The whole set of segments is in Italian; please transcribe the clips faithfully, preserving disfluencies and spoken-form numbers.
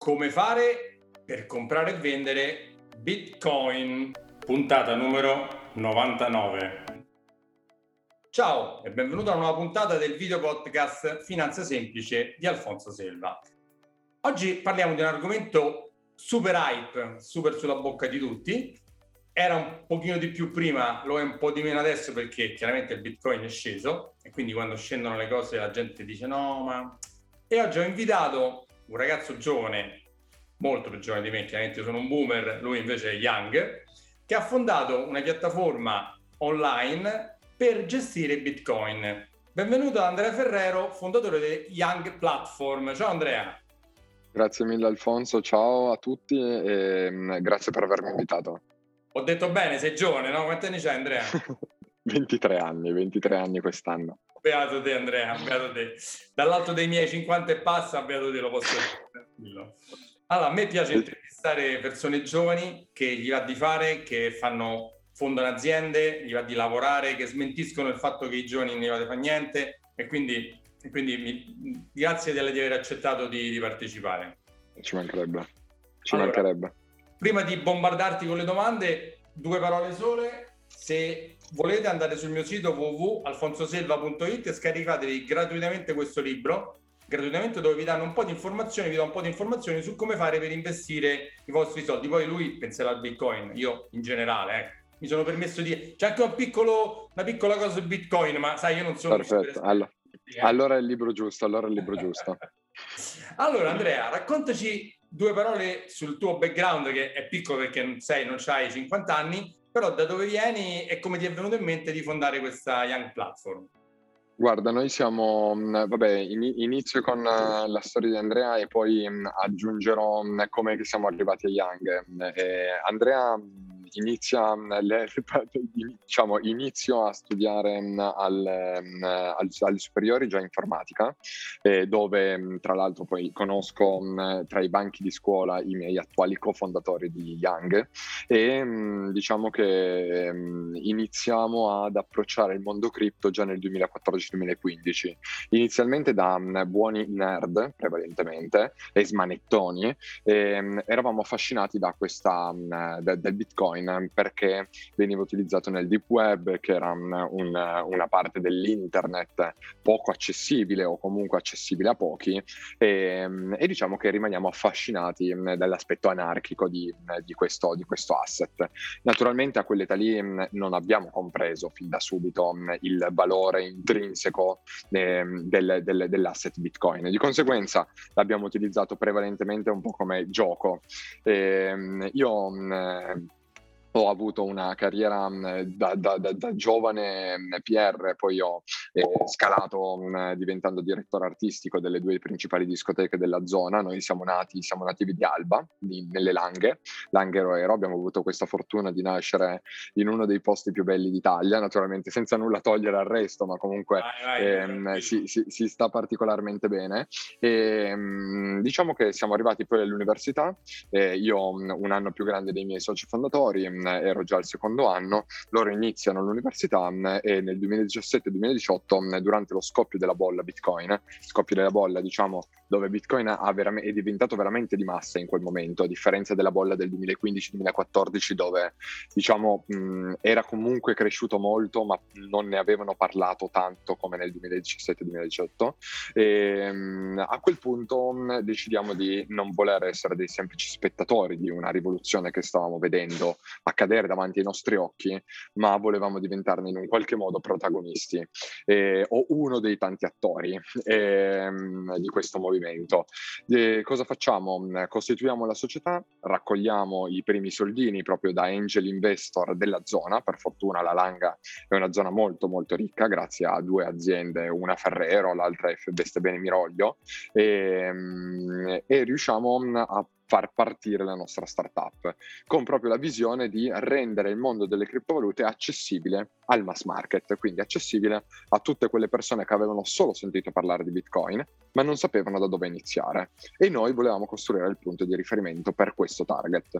Come fare per comprare e vendere Bitcoin, puntata numero novantanove. Ciao e benvenuto a una nuova puntata del video podcast Finanza Semplice di Alfonso Selva. Oggi parliamo di un argomento super hype, super sulla bocca di tutti. Era un pochino di più prima, lo è un po' di meno adesso perché chiaramente il Bitcoin è sceso e quindi quando scendono le cose la gente dice no ma... E oggi ho invitato un ragazzo giovane, molto più giovane di me, chiaramente io sono un boomer, lui invece è young, che ha fondato una piattaforma online per gestire Bitcoin. Benvenuto Andrea Ferrero, fondatore di Young Platform. Ciao Andrea. Grazie mille Alfonso, ciao a tutti e grazie per avermi invitato. Ho detto bene, sei giovane, no? Quanti anni c'hai Andrea? ventitré anni, ventitré anni quest'anno. Beato te Andrea, beato te. Dall'alto dei miei cinquanta e passa, beato te, lo posso dire tranquillo. Allora, a me piace intervistare persone giovani che gli va di fare, che fanno, fondano aziende, gli va di lavorare, che smentiscono il fatto che i giovani non gli va di fare niente e quindi, e quindi mi, grazie di aver accettato di, di partecipare. Ci mancherebbe, ci allora, mancherebbe. Prima di bombardarti con le domande, due parole sole. Se volete andate sul mio sito w w w punto alfonsoselva punto it e scaricatevi gratuitamente questo libro, gratuitamente, dove vi danno un po' di informazioni, vi do un po' di informazioni su come fare per investire i vostri soldi. Poi lui penserà al Bitcoin, io in generale, eh, mi sono permesso di... C'è anche un piccolo, una piccola cosa su Bitcoin, ma sai, io non sono... Perfetto, allora, eh. allora è il libro giusto, allora è il libro giusto. Allora Andrea, raccontaci due parole sul tuo background, che è piccolo perché non sei, non c'hai cinquanta anni, però da dove vieni e come ti è venuto in mente di fondare questa Young Platform? Guarda, noi siamo, vabbè, inizio con la storia di Andrea e poi aggiungerò come siamo arrivati a Young. Eh, Andrea inizia, le, diciamo, inizio a studiare al, al, alle superiori già informatica, eh, dove tra l'altro poi conosco tra i banchi di scuola i miei attuali cofondatori di Young e diciamo che iniziamo ad approcciare il mondo cripto già nel duemilaquattordici duemilaquindici, inizialmente da buoni nerd prevalentemente e smanettoni, e eravamo affascinati da questa da, del Bitcoin perché veniva utilizzato nel deep web, che era un, una parte dell'internet poco accessibile o comunque accessibile a pochi, e, e diciamo che rimaniamo affascinati dall'aspetto anarchico di, di, questo, di questo asset. Naturalmente a quell'età lì non abbiamo compreso fin da subito il valore intrinseco eh, del, del, dell'asset Bitcoin, di conseguenza l'abbiamo utilizzato prevalentemente un po' come gioco. Eh, io eh, ho avuto una carriera da, da, da, da giovane P R, poi ho eh, scalato mh, diventando direttore artistico delle due principali discoteche della zona. Noi siamo nati, siamo nativi di Alba, di, nelle Langhe, Langhe Roero. Abbiamo avuto questa fortuna di nascere in uno dei posti più belli d'Italia, naturalmente senza nulla togliere al resto, ma comunque vai, vai, ehm, si, si, si sta particolarmente bene. E, mh, diciamo che siamo arrivati poi all'università, eh, io un anno più grande dei miei soci fondatori, ero già al secondo anno, loro iniziano l'università e nel duemiladiciassette duemiladiciotto, durante lo scoppio della bolla Bitcoin, scoppio della bolla diciamo dove Bitcoin ha veram- è diventato veramente di massa in quel momento, a differenza della bolla del duemilaquindici duemilaquattordici dove diciamo mh, era comunque cresciuto molto ma non ne avevano parlato tanto come nel duemiladiciassette duemiladiciotto, e mh, a quel punto mh, decidiamo di non voler essere dei semplici spettatori di una rivoluzione che stavamo vedendo accadere davanti ai nostri occhi, ma volevamo diventarne in un qualche modo protagonisti, eh, o uno dei tanti attori eh, di questo movimento. E cosa facciamo? Costituiamo la società, raccogliamo i primi soldini proprio da angel investor della zona. Per fortuna la Langa è una zona molto molto ricca grazie a due aziende, una Ferrero, l'altra è Beste Bene Miroglio, e, e riusciamo a far partire la nostra startup con proprio la visione di rendere il mondo delle criptovalute accessibile al mass market, quindi accessibile a tutte quelle persone che avevano solo sentito parlare di Bitcoin ma non sapevano da dove iniziare, e noi volevamo costruire il punto di riferimento per questo target.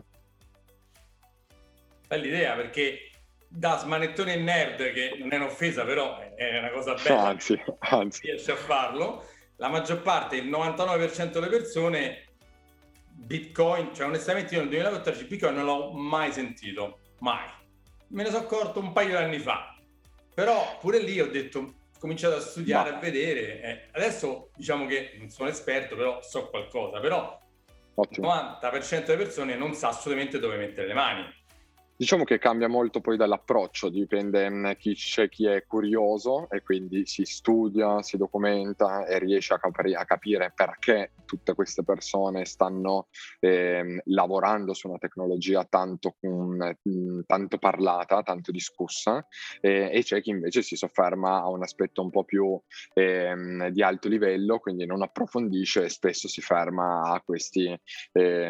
Bell'idea, perché da smanettone e nerd, che non è un'offesa però è una cosa bella, anzi, anzi. riesce a farlo, la maggior parte, il novantanove per cento delle persone Bitcoin, cioè onestamente io nel duemilaquattordici Bitcoin non l'ho mai sentito, mai. Me ne sono accorto un paio di anni fa, però pure lì ho detto, ho cominciato a studiare, bah. a vedere, eh, adesso diciamo che non sono esperto, però so qualcosa, però Ottimo. il novanta per cento delle persone non sa assolutamente dove mettere le mani. Diciamo che cambia molto poi dall'approccio, dipende chi c'è chi è curioso e quindi si studia, si documenta e riesce a, cap- a capire perché tutte queste persone stanno eh, lavorando su una tecnologia tanto, um, tanto parlata, tanto discussa, eh, e c'è chi invece si sofferma a un aspetto un po' più eh, di alto livello, quindi non approfondisce e spesso si ferma a questi, eh,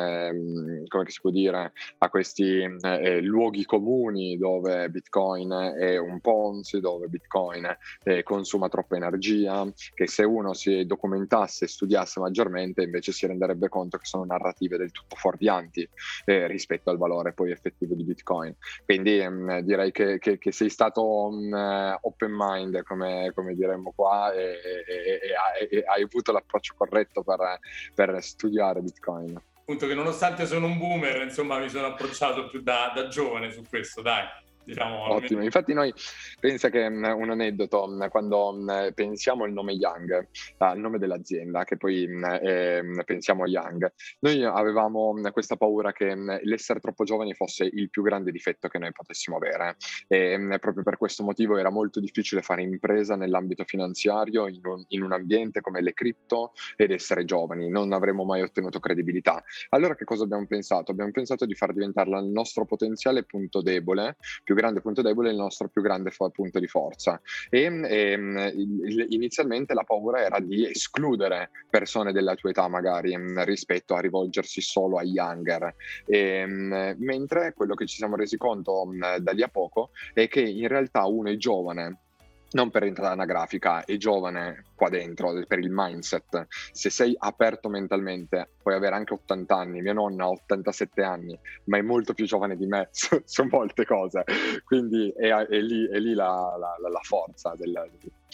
come si può dire, a questi Eh, luoghi comuni dove Bitcoin è un Ponzi, dove Bitcoin eh, consuma troppa energia, che se uno si documentasse e studiasse maggiormente invece si renderebbe conto che sono narrative del tutto fuorvianti eh, rispetto al valore poi effettivo di Bitcoin. Quindi mh, direi che, che, che sei stato mh, open mind, come, come diremmo qua, e, e, e, e hai avuto l'approccio corretto per, per studiare Bitcoin. Appunto che nonostante sono un boomer, insomma mi sono approcciato più da, da giovane su questo, dai. Diciamo, Ottimo, almeno. Infatti noi, pensa che um, un aneddoto, um, quando um, pensiamo al nome Yang, al uh, nome dell'azienda, che poi um, eh, pensiamo a Yang, noi avevamo um, questa paura che um, l'essere troppo giovani fosse il più grande difetto che noi potessimo avere e um, proprio per questo motivo era molto difficile fare impresa nell'ambito finanziario in un, in un ambiente come le cripto ed essere giovani, non avremmo mai ottenuto credibilità. Allora che cosa abbiamo pensato? Abbiamo pensato di far diventarla il nostro potenziale punto debole, più grande punto debole, il nostro più grande fo- punto di forza. E, e inizialmente la paura era di escludere persone della tua età magari mh, rispetto a rivolgersi solo agli younger. E, mh, mentre quello che ci siamo resi conto mh, da lì a poco è che in realtà uno è giovane non per entrare anagrafica, è giovane qua dentro, per il mindset. Se sei aperto mentalmente, puoi avere anche ottanta anni, mia nonna ha ottantasette anni, ma è molto più giovane di me su, su molte cose, quindi è, è lì, è lì la, la, la forza del...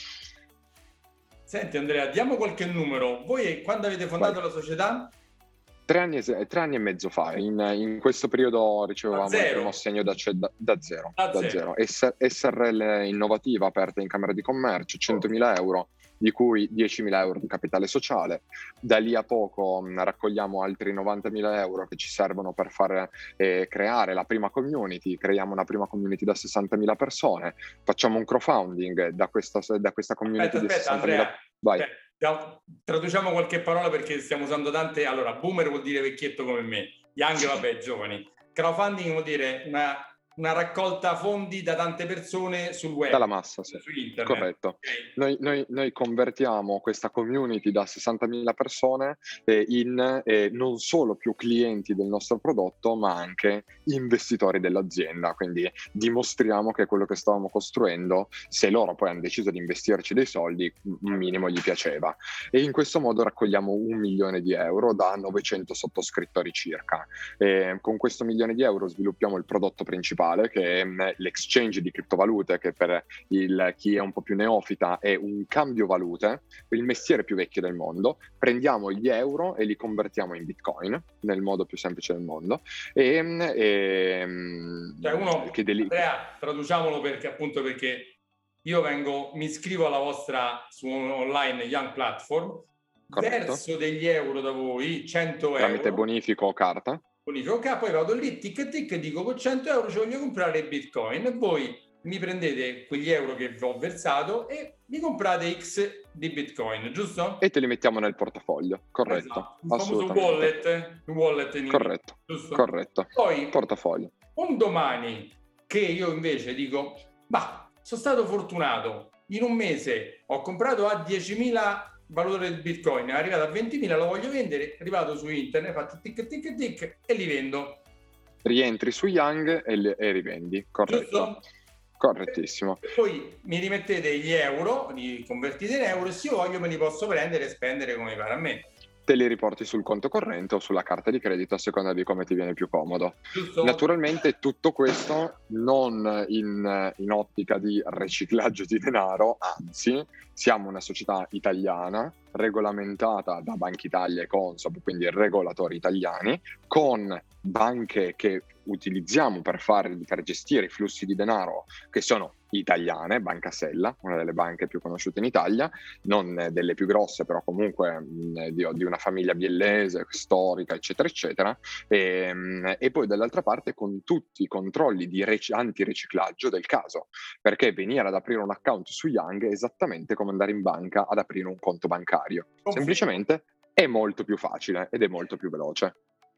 Senti Andrea, diamo qualche numero. Voi quando avete fondato Vai. la società? Tre anni, tre anni e mezzo fa, in, in questo periodo ricevevamo il primo assegno da, da, da zero, da da zero. zero. S R L innovativa aperta in Camera di Commercio, centomila euro, di cui diecimila euro di capitale sociale. Da lì a poco mh, raccogliamo altri novantamila euro che ci servono per far eh, creare la prima community, creiamo una prima community da sessantamila persone, facciamo un crowdfunding da questa, da questa community aspetta, di aspetta, sessantamila... Andrea, Vai. Aspetta. Traduciamo qualche parola perché stiamo usando tante. Allora, boomer vuol dire vecchietto come me, young vabbè, giovani. Crowdfunding vuol dire una, una raccolta fondi da tante persone sul web. Dalla massa, sì. Su internet. Corretto. Okay. Noi, noi, noi convertiamo questa community da sessantamila persone eh, in eh, non solo più clienti del nostro prodotto, ma anche investitori dell'azienda. Quindi dimostriamo che quello che stavamo costruendo, se loro poi hanno deciso di investirci dei soldi, un minimo gli piaceva. E in questo modo raccogliamo un milione di euro da novecento sottoscrittori circa. E con questo milione di euro sviluppiamo il prodotto principale, che è l'exchange di criptovalute, che per il, chi è un po' più neofita è un cambio valute, il mestiere più vecchio del mondo. Prendiamo gli euro e li convertiamo in Bitcoin nel modo più semplice del mondo e, e cioè uno, che deli- Andrea, traduciamolo perché appunto perché io vengo, mi iscrivo alla vostra su online Young Platform. Corretto. Verso degli euro da voi, cento euro tramite bonifico o carta, bonifico o carta, poi vado lì tic tic e dico con cento euro ci voglio comprare Bitcoin e voi mi prendete quegli euro che vi ho versato e mi comprate X di Bitcoin, giusto? E te li mettiamo nel portafoglio, corretto. Esatto. Il famoso wallet, wallet in corretto, inglese, giusto? Corretto, poi portafoglio. Un domani che io invece dico, ma sono stato fortunato, in un mese ho comprato a diecimila valore del Bitcoin, è arrivato a ventimila, lo voglio vendere, arrivato su internet, faccio tic tic tic e li vendo. Rientri su Young e, li, e rivendi, corretto. Giusto? Correttissimo. E poi mi rimettete gli euro, li convertite in euro e se io voglio me li posso prendere e spendere come pare a me. Te li riporti sul conto corrente o sulla carta di credito a seconda di come ti viene più comodo. Giusto. Naturalmente tutto questo non in, in ottica di riciclaggio di denaro, anzi siamo una società italiana regolamentata da Banca Italia e Consob, quindi regolatori italiani, con banche che utilizziamo per fare, per gestire i flussi di denaro, che sono italiane, Banca Sella, una delle banche più conosciute in Italia, non delle più grosse, però comunque mh, di, di una famiglia biellese, storica, eccetera, eccetera, e, mh, e poi dall'altra parte con tutti i controlli di rec- antiriciclaggio del caso, perché venire ad aprire un account su Young è esattamente come andare in banca ad aprire un conto bancario, Confermo. semplicemente è molto più facile ed è molto più veloce.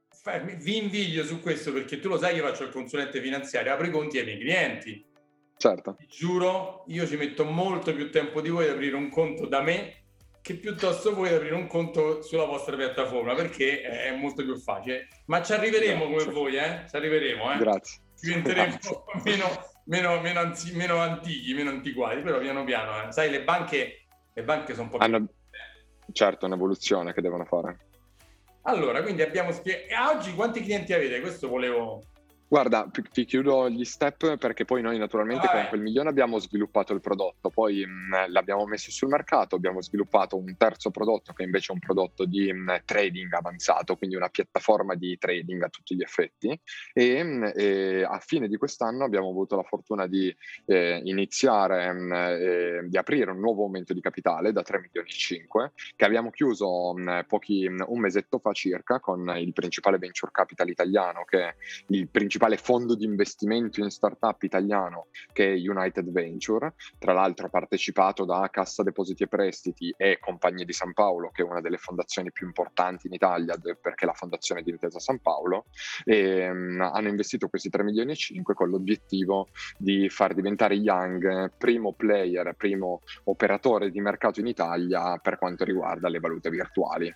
Vi invidio su questo, perché tu lo sai che io faccio il consulente finanziario, apro i conti ai miei clienti. Certo. Ti giuro, io ci metto molto più tempo di voi ad aprire un conto da me che piuttosto voi ad aprire un conto sulla vostra piattaforma, perché è molto più facile. Ma ci arriveremo. Grazie. Come voi, eh? Ci arriveremo, eh? Grazie. Diventeremo Grazie. meno, meno, meno, anzi, meno antichi, meno antiquati, però piano piano, eh. Sai, le banche, le banche sono un po' più... Hanno... Certo, un'evoluzione che devono fare. Allora, quindi abbiamo spiegato. Oggi quanti clienti avete? Questo volevo... Guarda, ti chiudo gli step perché poi noi naturalmente ah, con quel milione abbiamo sviluppato il prodotto, poi mh, l'abbiamo messo sul mercato, abbiamo sviluppato un terzo prodotto che invece è un prodotto di mh, trading avanzato, quindi una piattaforma di trading a tutti gli effetti e, mh, e a fine di quest'anno abbiamo avuto la fortuna di eh, iniziare, mh, eh, di aprire un nuovo aumento di capitale da tre milioni e cinque che abbiamo chiuso mh, pochi, mh, un mesetto fa circa con il principale venture capital italiano che è il principale fondo di investimento in startup italiano che è United Venture, tra l'altro partecipato da Cassa Depositi e Prestiti e Compagnia di San Paolo, che è una delle fondazioni più importanti in Italia perché è la fondazione di Intesa San Paolo, e um, hanno investito questi tre milioni e cinque con l'obiettivo di far diventare Young primo player, primo operatore di mercato in Italia per quanto riguarda le valute virtuali.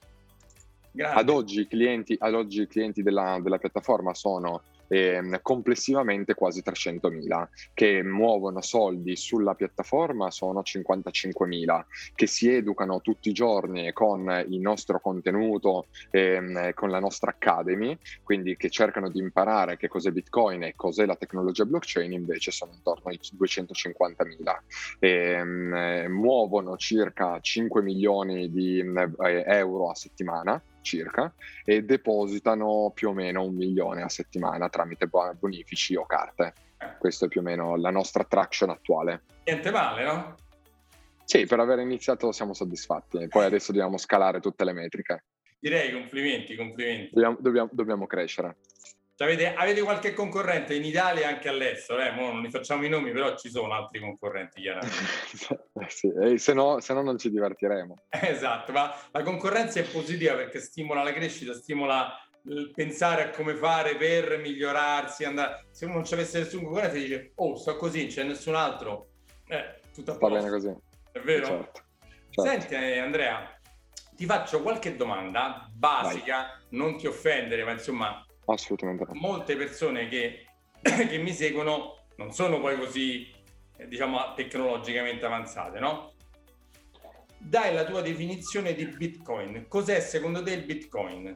Ad oggi i clienti, ad oggi i clienti della, della piattaforma sono eh, complessivamente quasi trecentomila, che muovono soldi sulla piattaforma sono cinquantacinquemila, che si educano tutti i giorni con il nostro contenuto, eh, con la nostra Academy, quindi che cercano di imparare che cos'è Bitcoin e cos'è la tecnologia blockchain, invece sono intorno ai duecentocinquantamila. Eh, muovono circa cinque milioni di eh, euro a settimana, circa, e depositano più o meno un milione a settimana tramite bonifici o carte. Questo è più o meno la nostra traction attuale. Niente male, no? Sì, per aver iniziato siamo soddisfatti, poi adesso dobbiamo scalare tutte le metriche. Direi complimenti, complimenti. Dobbiamo, dobbiamo, dobbiamo crescere. Avete, avete qualche concorrente in Italia e anche all'estero? Eh? Mo non li facciamo i nomi, però ci sono altri concorrenti, chiaramente. Sì, e se no, se no non ci divertiremo. Esatto, ma la concorrenza è positiva perché stimola la crescita, stimola il pensare a come fare per migliorarsi. Andare... Se uno non ci avesse nessun concorrente dice, oh, sto così, non c'è nessun altro, eh, tutto a posto. Va bene così. È vero? Certo, certo. Senti eh, Andrea, ti faccio qualche domanda basica, Vai. Non ti offendere, ma insomma... Assolutamente no. Molte persone che, che mi seguono non sono poi così, eh, diciamo, tecnologicamente avanzate, no? Dai la tua definizione di Bitcoin. Cos'è secondo te il Bitcoin?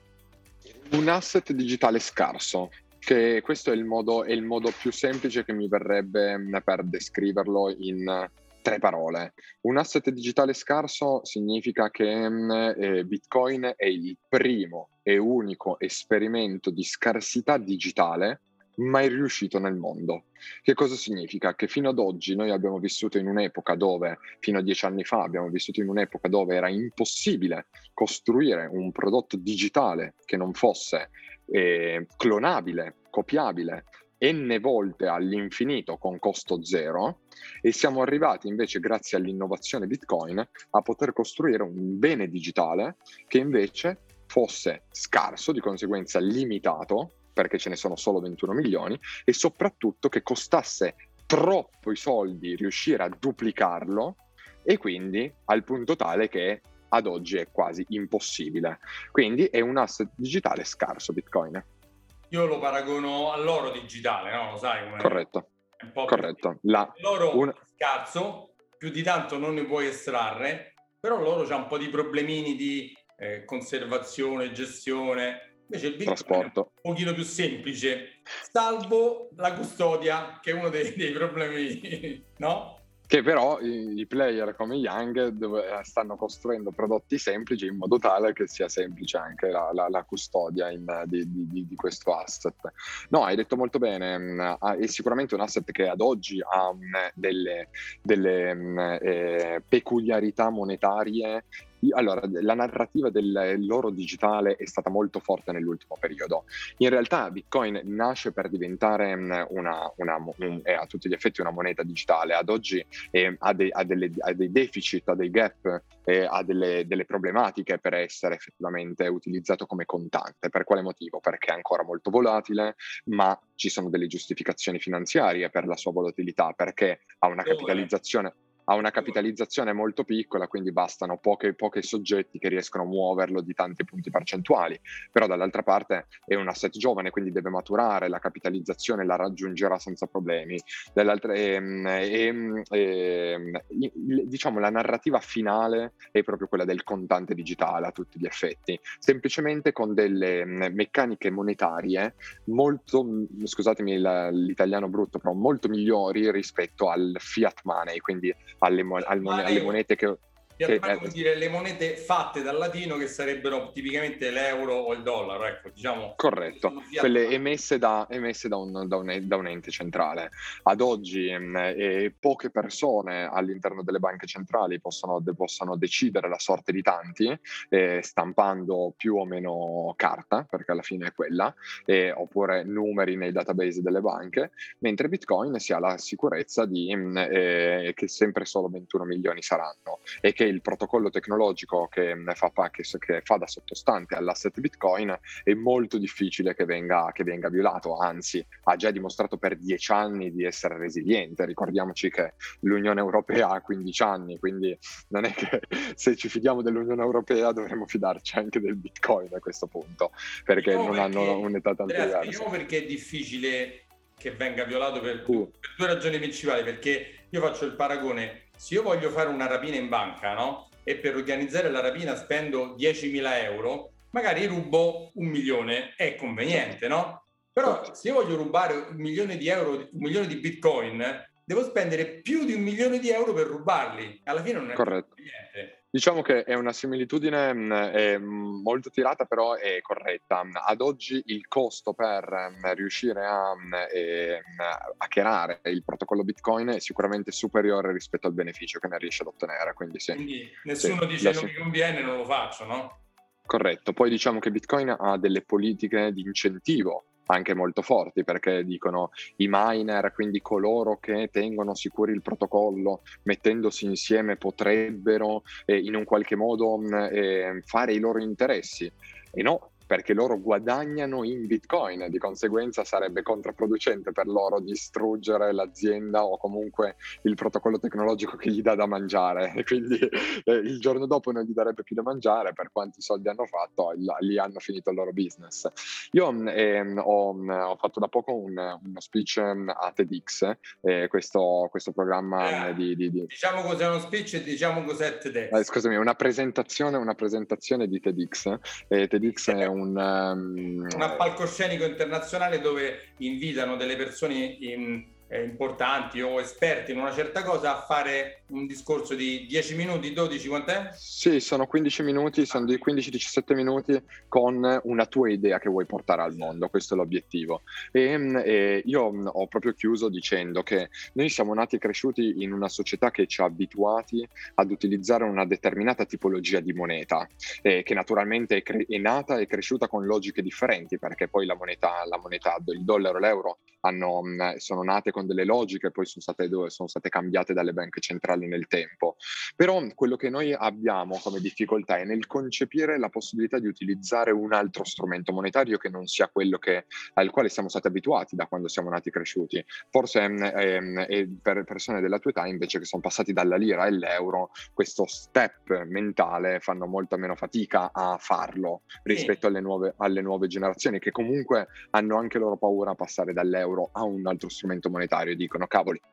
Un asset digitale scarso, che questo è il modo, è il modo più semplice che mi verrebbe per descriverlo in tre parole. Un asset digitale scarso significa che eh, Bitcoin è il primo e unico esperimento di scarsità digitale mai riuscito nel mondo. Che cosa significa? Che fino ad oggi noi abbiamo vissuto in un'epoca dove, fino a dieci anni fa, abbiamo vissuto in un'epoca dove era impossibile costruire un prodotto digitale che non fosse eh, clonabile, copiabile, n volte all'infinito con costo zero, e siamo arrivati invece, grazie all'innovazione Bitcoin, a poter costruire un bene digitale che invece fosse scarso, di conseguenza limitato, perché ce ne sono solo ventuno milioni, e soprattutto che costasse troppo i soldi riuscire a duplicarlo, e quindi al punto tale che ad oggi è quasi impossibile. Quindi è un asset digitale scarso Bitcoin. Io lo paragono all'oro digitale, no? Lo sai come? Corretto. È un po' Corretto. La, l'oro una... è scarso, più di tanto non ne puoi estrarre, però l'oro c'ha un po' di problemini di eh, conservazione, gestione. Invece il Bitcoin trasporto è un pochino più semplice, salvo la custodia, che è uno dei, dei problemi, no? Che però i, i player come Yang dove, eh, stanno costruendo prodotti semplici in modo tale che sia semplice anche la, la, la custodia in, di, di, di questo asset. No, hai detto molto bene, mh, è sicuramente un asset che ad oggi ha mh, delle, delle mh, eh, peculiarità monetarie. Allora, la narrativa dell'oro digitale è stata molto forte nell'ultimo periodo. In realtà Bitcoin nasce per diventare una, una, un, è a tutti gli effetti una moneta digitale. Ad oggi eh, ha, de, ha, delle, ha dei deficit, ha dei gap, eh, ha delle, delle problematiche per essere effettivamente utilizzato come contante. Per quale motivo? Perché è ancora molto volatile, ma ci sono delle giustificazioni finanziarie per la sua volatilità, perché ha una capitalizzazione... ha una capitalizzazione molto piccola, quindi bastano pochi soggetti che riescono a muoverlo di tanti punti percentuali, però dall'altra parte è un asset giovane, quindi deve maturare, la capitalizzazione la raggiungerà senza problemi. Dall'altra, ehm, ehm, ehm, diciamo la narrativa finale è proprio quella del contante digitale a tutti gli effetti, semplicemente con delle meccaniche monetarie molto, scusatemi l'italiano brutto, però molto migliori rispetto al fiat money, quindi alle, mo- al mon- alle monete che... che vuol dire le monete fatte dal latino, che sarebbero tipicamente l'euro o il dollaro, ecco, diciamo. Corretto, quelle emesse da, emesse da, un, da, un, da un ente centrale. Ad oggi eh, poche persone all'interno delle banche centrali possono, de, possono decidere la sorte di tanti, eh, stampando più o meno carta, perché alla fine è quella, eh, oppure numeri nei database delle banche, mentre Bitcoin si ha la sicurezza di, eh, che sempre solo ventuno milioni saranno, e che il protocollo tecnologico che fa, che, che fa da sottostante all'asset Bitcoin è molto difficile che venga, che venga violato, anzi ha già dimostrato per dieci anni di essere resiliente. Ricordiamoci che l'Unione Europea ha quindici anni, quindi non è che se ci fidiamo dell'Unione Europea dovremmo fidarci anche del Bitcoin a questo punto, perché diciamo non perché, hanno un'età tanto Andrea, diversa. Spieghiamo perché è difficile che venga violato per, uh. per due ragioni principali, perché io faccio il paragone: se io voglio fare una rapina in banca, no? E per organizzare la rapina spendo diecimila euro, magari rubo un milione, è conveniente, no? Però se io voglio rubare un milione di euro, un milione di Bitcoin, devo spendere più di un milione di euro per rubarli. Alla fine non è corretto. Niente. Diciamo che è una similitudine mh, è molto tirata, però è corretta. Ad oggi il costo per mh, riuscire a mh, eh, hackerare il protocollo Bitcoin è sicuramente superiore rispetto al beneficio che ne riesce ad ottenere. Quindi, sì, quindi nessuno sì, dice non mi conviene, non lo faccio, no? Corretto. Poi diciamo che Bitcoin ha delle politiche di incentivo anche molto forti, perché dicono i miner, quindi coloro che tengono sicuri il protocollo, mettendosi insieme potrebbero eh, in un qualche modo eh, fare i loro interessi. E no, perché loro guadagnano in Bitcoin, di conseguenza sarebbe controproducente per loro distruggere l'azienda o comunque il protocollo tecnologico che gli dà da mangiare, e quindi eh, il giorno dopo non gli darebbe più da mangiare, per quanti soldi hanno fatto, lì hanno finito il loro business. Io eh, ho, ho fatto da poco un, uno speech a TEDx, eh, questo, questo programma eh, di, di, di... Diciamo cos'è uno speech e diciamo cos'è TEDx. Eh, scusami, una presentazione, una presentazione di TEDx. Eh, TEDx è un... Um, un palcoscenico internazionale dove invitano delle persone in, eh, importanti o esperti in una certa cosa a fare un discorso di dieci minuti, dodici, quant'è? Sì, sono quindici minuti, sono di quindici diciassette minuti con una tua idea che vuoi portare al mondo, questo è l'obiettivo. E, e io ho proprio chiuso dicendo che noi siamo nati e cresciuti in una società che ci ha abituati ad utilizzare una determinata tipologia di moneta, eh, che naturalmente è, cre- è nata e cresciuta con logiche differenti, perché poi la moneta, la moneta il dollaro e l'euro hanno, sono nate con delle logiche, poi sono state, sono state cambiate dalle banche centrali nel tempo. Però quello che noi abbiamo come difficoltà è nel concepire la possibilità di utilizzare un altro strumento monetario che non sia quello che, al quale siamo stati abituati da quando siamo nati e cresciuti. Forse ehm, e per persone della tua età, invece, che sono passati dalla lira all'euro, questo step mentale fanno molta meno fatica a farlo rispetto sì. alle, nuove, alle nuove generazioni, che comunque hanno anche loro paura a passare dall'euro a un altro strumento monetario e dicono: cavoli,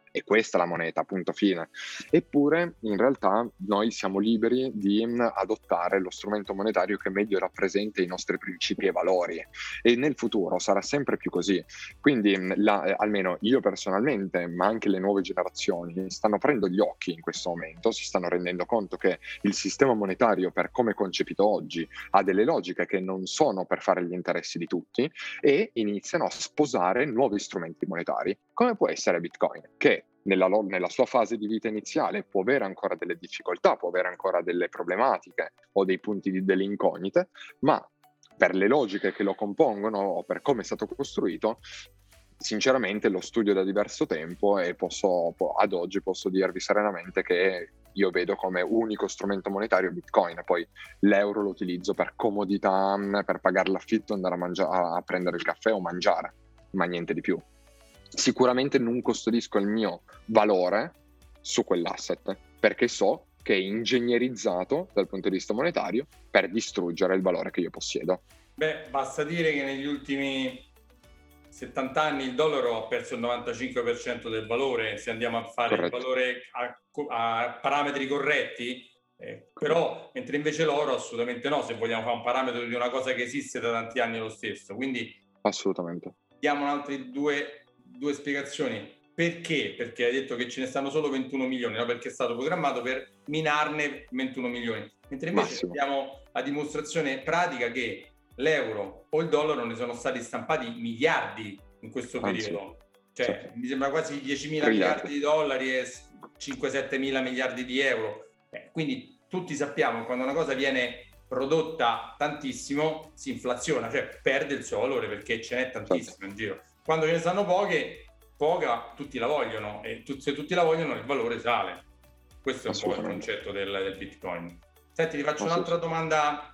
E questa è la moneta, punto fine. Eppure, in realtà, noi siamo liberi di mh, adottare lo strumento monetario che meglio rappresenta i nostri principi e valori. E nel futuro sarà sempre più così. Quindi, mh, la- eh, almeno io personalmente, ma anche le nuove generazioni, stanno aprendo gli occhi in questo momento, si stanno rendendo conto che il sistema monetario, per come è concepito oggi, ha delle logiche che non sono per fare gli interessi di tutti e iniziano a sposare nuovi strumenti monetari, come può essere Bitcoin, che nella, lo- nella sua fase di vita iniziale può avere ancora delle difficoltà, può avere ancora delle problematiche o dei punti di, delle incognite, ma per le logiche che lo compongono o per come è stato costruito, sinceramente lo studio da diverso tempo e posso, po- ad oggi posso dirvi serenamente che io vedo come unico strumento monetario Bitcoin. Poi l'euro lo utilizzo per comodità, mh, per pagare l'affitto, andare a, mangia- a a prendere il caffè o mangiare, ma niente di più. Sicuramente non custodisco il mio valore su quell'asset perché so che è ingegnerizzato dal punto di vista monetario per distruggere il valore che io possiedo. Beh, basta dire che negli ultimi settanta anni il dollaro ha perso il novantacinque per cento del valore, se andiamo a fare Corretto. il valore a, a parametri corretti, eh, però mentre invece l'oro assolutamente no, se vogliamo fare un parametro di una cosa che esiste da tanti anni è lo stesso. Quindi Assolutamente. diamo altre due, due spiegazioni. Perché? Perché hai detto che ce ne stanno solo ventuno milioni, no? Perché è stato programmato per minarne ventuno milioni. Mentre invece Massimo. abbiamo la dimostrazione pratica che l'euro o il dollaro ne sono stati stampati miliardi in questo Anzi, periodo. Cioè, sì. mi sembra quasi diecimila Triliardi. miliardi di dollari e cinque sette mila miliardi di euro. Eh, quindi tutti sappiamo che quando una cosa viene prodotta tantissimo si inflaziona, cioè perde il suo valore perché ce n'è tantissimo Certo. in giro. Quando ce ne stanno poche, poca, tutti la vogliono e tu, se tutti la vogliono il valore sale. Questo è un po' il Assolutamente. concetto del, del Bitcoin. Senti, ti faccio Ma sì, un'altra sì. domanda.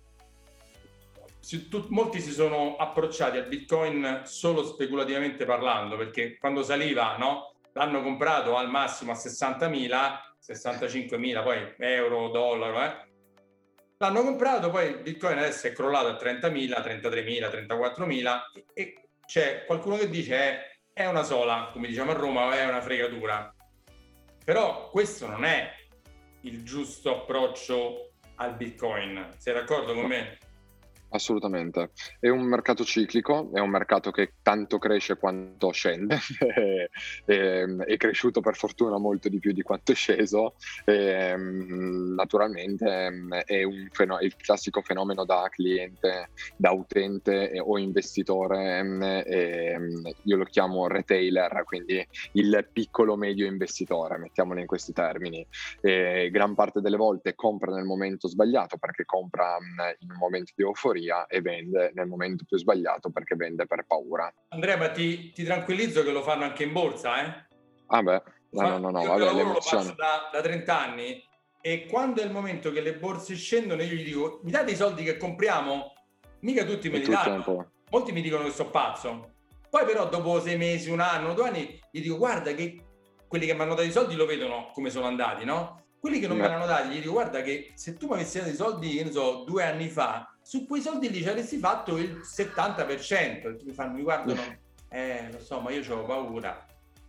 Si- tu- molti si sono approcciati al Bitcoin solo speculativamente parlando, perché quando saliva, no? L'hanno comprato al massimo a sessantamila, sessantacinquemila, poi euro, dollaro, eh? L'hanno comprato, poi il Bitcoin adesso è crollato a trentamila, trentatremila, trentaquattromila e, e c'è qualcuno che dice è, è una sola, come diciamo a Roma, è una fregatura. Però questo non è il giusto approccio al Bitcoin. Sei d'accordo con No. me? Assolutamente. È un mercato ciclico, è un mercato che tanto cresce quanto scende, e- e- è cresciuto per fortuna molto di più di quanto è sceso. E, mm, naturalmente mm, è un feno- il classico fenomeno da cliente, da utente e- o investitore, mm, e, mm, io lo chiamo retailer, quindi il piccolo medio investitore, mettiamolo in questi termini. E gran parte delle volte compra nel momento sbagliato perché compra mh, in un momento di euforia e vende nel momento più sbagliato perché vende per paura. Andrea, ma ti, ti tranquillizzo che lo fanno anche in borsa, eh? Ah beh, Lo no, no, fa- no, no, io il mio vabbè, le lavoro lo faccio emozioni. da, da trenta anni e quando è il momento che le borse scendono io gli dico mi date i soldi che compriamo? Mica tutti me E li tutti un danno. po'. Molti mi dicono che sono pazzo. Poi però dopo sei mesi, un anno, due anni gli dico guarda che quelli che mi hanno dato i soldi lo vedono come sono andati, no? Quelli che non me Beh, l'hanno dati gli dico guarda che se tu mi avessi dato i soldi, che ne so, due anni fa, su quei soldi lì ci avresti fatto il settanta per cento. Mi fanno, mi guardano, eh lo so, ma io c'ho paura.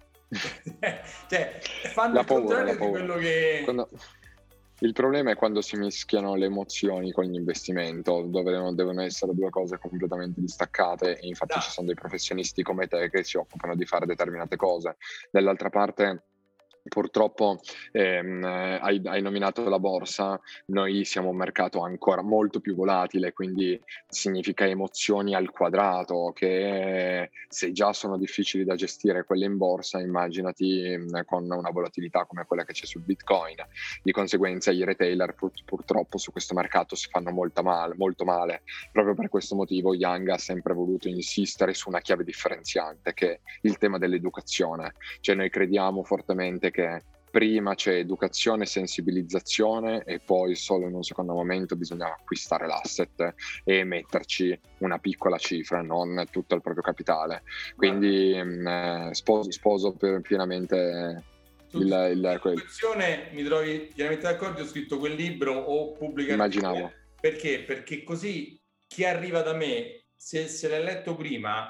Cioè, fanno la il paura, la contrario di paura. quello che... Quando- Il problema è quando si mischiano le emozioni con l'investimento, dove non devono essere due cose completamente distaccate, e infatti ci Ah, sono dei professionisti come te che si occupano di fare determinate cose. Dall'altra parte, purtroppo, ehm, eh, hai, hai nominato la borsa, noi siamo un mercato ancora molto più volatile, quindi significa emozioni al quadrato, che se già sono difficili da gestire quelle in borsa, immaginati mh, con una volatilità come quella che c'è sul Bitcoin. Di conseguenza i retailer pur- purtroppo su questo mercato si fanno molto male, molto male. Proprio per questo motivo Yang ha sempre voluto insistere su una chiave differenziante, che è il tema dell'educazione. Cioè noi crediamo fortemente che prima c'è educazione e sensibilizzazione e poi solo in un secondo momento bisogna acquistare l'asset e metterci una piccola cifra, non tutto il proprio capitale. Quindi mh, sposo, sposo per- pienamente su il, discorso il, di quel- educazione mi trovi pienamente d'accordo, ho scritto quel libro o pubblico articoli. immaginavo. Perché? Perché così chi arriva da me, se, se l'ha letto prima,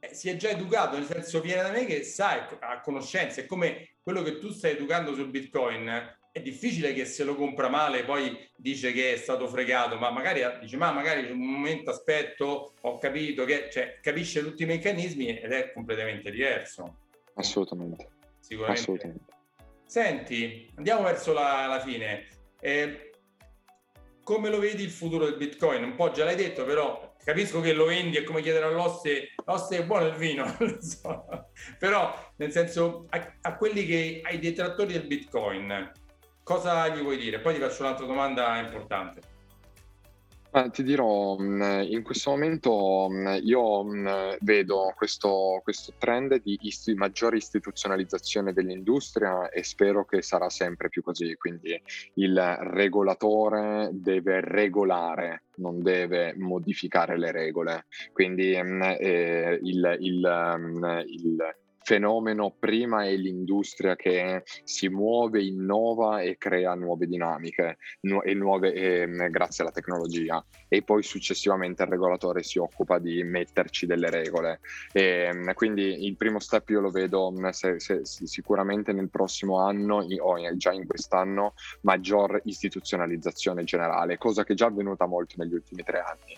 eh, si è già educato, nel senso viene da me che sa, ha conoscenza, è come quello che tu stai educando sul Bitcoin. È difficile che se lo compra male poi dice che è stato fregato, ma magari dice ma magari un momento aspetto, ho capito che, cioè, capisce tutti i meccanismi ed è completamente diverso. Assolutamente. Sicuramente. Assolutamente. Senti, andiamo verso la, la fine. Eh, come lo vedi il futuro del Bitcoin? Un po' già l'hai detto, però capisco che lo vendi, è come chiedere all'oste, l'oste è buono il vino, so. Però nel senso a, a quelli che, ai detrattori del Bitcoin, cosa gli vuoi dire? Poi ti faccio un'altra domanda importante. Ma ti dirò, mh, in questo momento mh, io mh, vedo questo, questo trend di isti- maggiore istituzionalizzazione dell'industria e spero che sarà sempre più così. Quindi il regolatore deve regolare, non deve modificare le regole. Quindi mh, eh, il, il, mh, il fenomeno prima è l'industria che si muove, innova e crea nuove dinamiche nu- e nuove eh, grazie alla tecnologia, e poi successivamente il regolatore si occupa di metterci delle regole. E, quindi il primo step io lo vedo se, se, sicuramente nel prossimo anno o già in quest'anno, maggior istituzionalizzazione generale, cosa che è già avvenuta molto negli ultimi tre anni.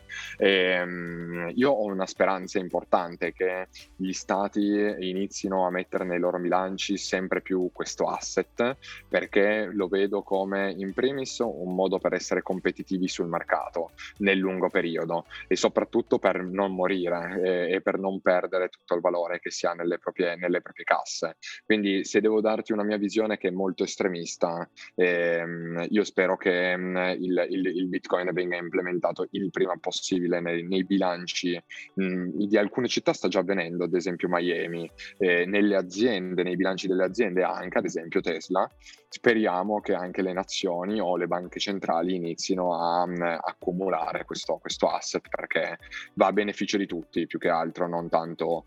E, io ho una speranza importante che gli stati inizino a mettere nei loro bilanci sempre più questo asset, perché lo vedo come in primis un modo per essere competitivi sul mercato nel lungo periodo e soprattutto per non morire e, e per non perdere tutto il valore che si ha nelle proprie, nelle proprie casse. Quindi se devo darti una mia visione che è molto estremista, ehm, io spero che mh, il, il, il Bitcoin venga implementato il prima possibile nei, nei bilanci mh, di alcune città. Sta già avvenendo, ad esempio Miami, eh, nelle aziende, nei bilanci delle aziende, anche ad esempio Tesla. Speriamo che anche le nazioni o le banche centrali inizino a um, accumulare questo, questo asset, perché va a beneficio di tutti più che altro, non tanto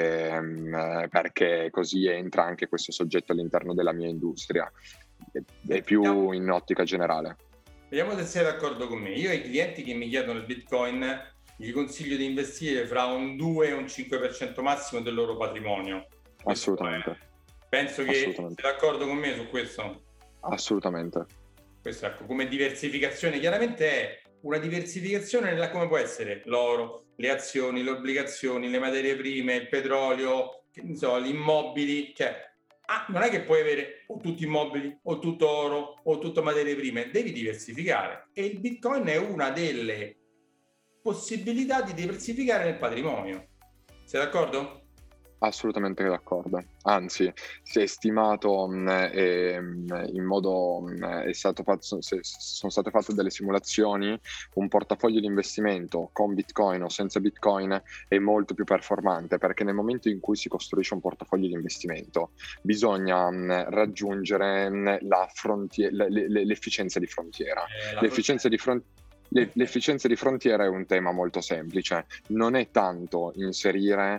ehm, perché così entra anche questo soggetto all'interno della mia industria, è, è più in ottica generale. Vediamo se sei d'accordo con me. Io ai clienti che mi chiedono il Bitcoin gli consiglio di investire fra un due e un cinque per cento massimo del loro patrimonio. Questo Assolutamente. È. Penso che Assolutamente. sei d'accordo con me su questo? Assolutamente. Questo, ecco, come diversificazione, chiaramente è una diversificazione nella, come può essere l'oro, le azioni, le obbligazioni, le materie prime, il petrolio, che ne so, gli immobili, cioè ah, non è che puoi avere o tutti immobili o tutto oro o tutto materie prime, devi diversificare e il Bitcoin è una delle possibilità di diversificare nel patrimonio. Sei d'accordo? Assolutamente d'accordo, anzi si è stimato mh, e, mh, in modo mh, è stato fatto, se, sono state fatte delle simulazioni, un portafoglio di investimento con Bitcoin o senza Bitcoin è molto più performante, perché nel momento in cui si costruisce un portafoglio di investimento bisogna mh, raggiungere mh, la frontiera, le, le, l'efficienza di frontiera. Eh, L'efficienza di frontiera L'efficienza di frontiera è un tema molto semplice, non è tanto inserire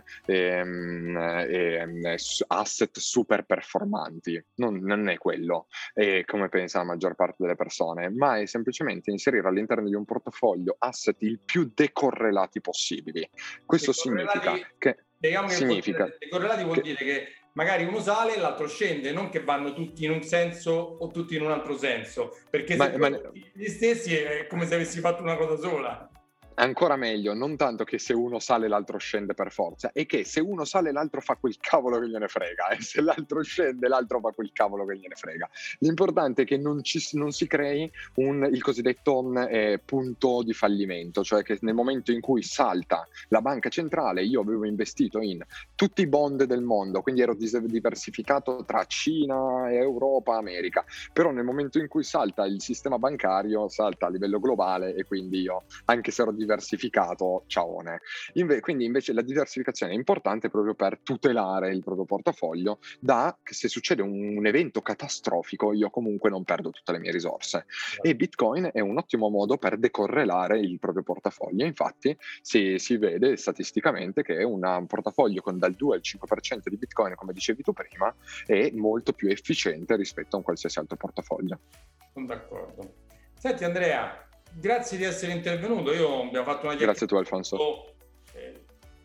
ehm, ehm, asset super performanti, non, non è quello, è come pensa la maggior parte delle persone, ma è semplicemente inserire all'interno di un portafoglio asset il più decorrelati possibili. Questo significa che... Spieghiamo che significa dire, decorrelati vuol che, dire che magari uno sale e l'altro scende, non che vanno tutti in un senso o tutti in un altro senso, perché se ma, ma, gli stessi è come se avessi fatto una cosa sola. Ancora meglio, non tanto che se uno sale l'altro scende per forza, è che se uno sale l'altro fa quel cavolo che gliene frega, e se l'altro scende l'altro fa quel cavolo che gliene frega. L'importante è che non, ci, non si crei un, il cosiddetto eh, punto di fallimento, cioè che nel momento in cui salta la banca centrale, io avevo investito in tutti i bond del mondo, quindi ero diversificato tra Cina, Europa, America, però nel momento in cui salta il sistema bancario, salta a livello globale e quindi io, anche se ero diversificato, ciaone. Inve- quindi invece la diversificazione è importante proprio per tutelare il proprio portafoglio da che se succede un, un evento catastrofico io comunque non perdo tutte le mie risorse. E Bitcoin è un ottimo modo per decorrelare il proprio portafoglio. Infatti si, si vede statisticamente che una, un portafoglio con dal due al cinque per cento di Bitcoin, come dicevi tu prima, è molto più efficiente rispetto a un qualsiasi altro portafoglio. Sono d'accordo. Senti Andrea, grazie di essere intervenuto. Io abbiamo fatto una chiacchierata. Grazie a tu, Alfonso. Eh,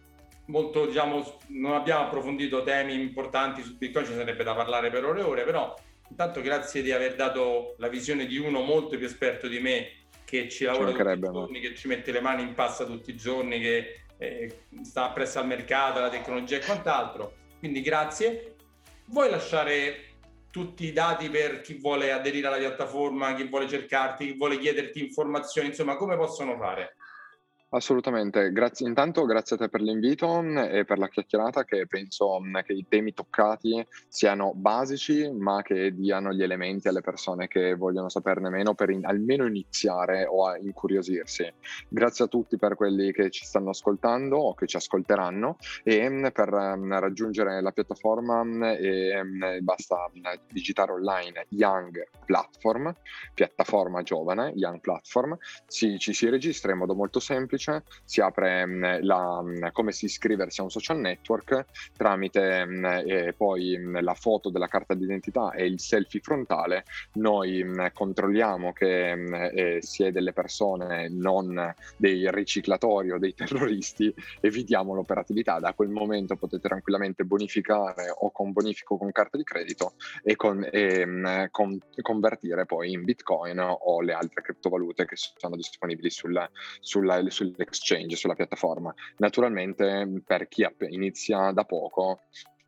molto, diciamo, non abbiamo approfondito temi importanti su Bitcoin, ci sarebbe da parlare per ore e ore, però intanto grazie di aver dato la visione di uno molto più esperto di me, che ci lavora tutti i giorni, che ci mette le mani in pasta tutti i giorni, che eh, sta appresso al mercato, alla tecnologia e quant'altro. Quindi grazie. Vuoi lasciare tutti i dati per chi vuole aderire alla piattaforma, chi vuole cercarti, chi vuole chiederti informazioni, insomma, come possono fare? Assolutamente, grazie intanto grazie a te per l'invito mh, e per la chiacchierata che penso mh, che i temi toccati siano basici, ma che diano gli elementi alle persone che vogliono saperne meno per in- almeno iniziare o a incuriosirsi. Grazie a tutti per quelli che ci stanno ascoltando o che ci ascolteranno e mh, per mh, raggiungere la piattaforma mh, e, mh, basta mh, digitare online Young Platform, piattaforma giovane, Young Platform, si, ci si registra in modo molto semplice. Si apre mh, la, mh, come si iscriversi a un social network tramite mh, e poi mh, la foto della carta d'identità e il selfie frontale. Noi mh, controlliamo che mh, eh, si è delle persone, non dei riciclatori o dei terroristi, evitiamo l'operatività. Da quel momento potete tranquillamente bonificare o con bonifico con carta di credito e, con, e mh, con, convertire poi in Bitcoin o le altre criptovalute che sono disponibili sul, sulla, sull'exchange, sulla piattaforma. Naturalmente per chi inizia da poco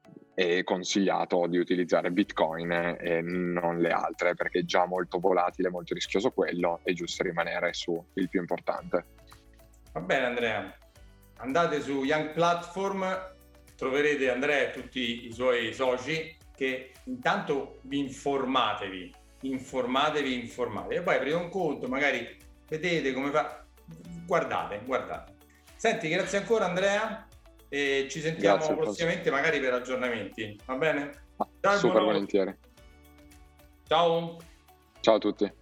è consigliato di utilizzare Bitcoin e non le altre, perché è già molto volatile, molto rischioso quello, è giusto rimanere su il più importante. Va bene Andrea, andate su Young Platform, troverete Andrea e tutti i suoi soci, che intanto vi informatevi, informatevi, informatevi e poi aprite un conto, magari vedete come fa, guardate, guardate. Senti, grazie ancora Andrea e ci sentiamo Grazie, prossimamente magari per aggiornamenti, va bene? Ah, super volentieri. Ciao. Ciao a tutti.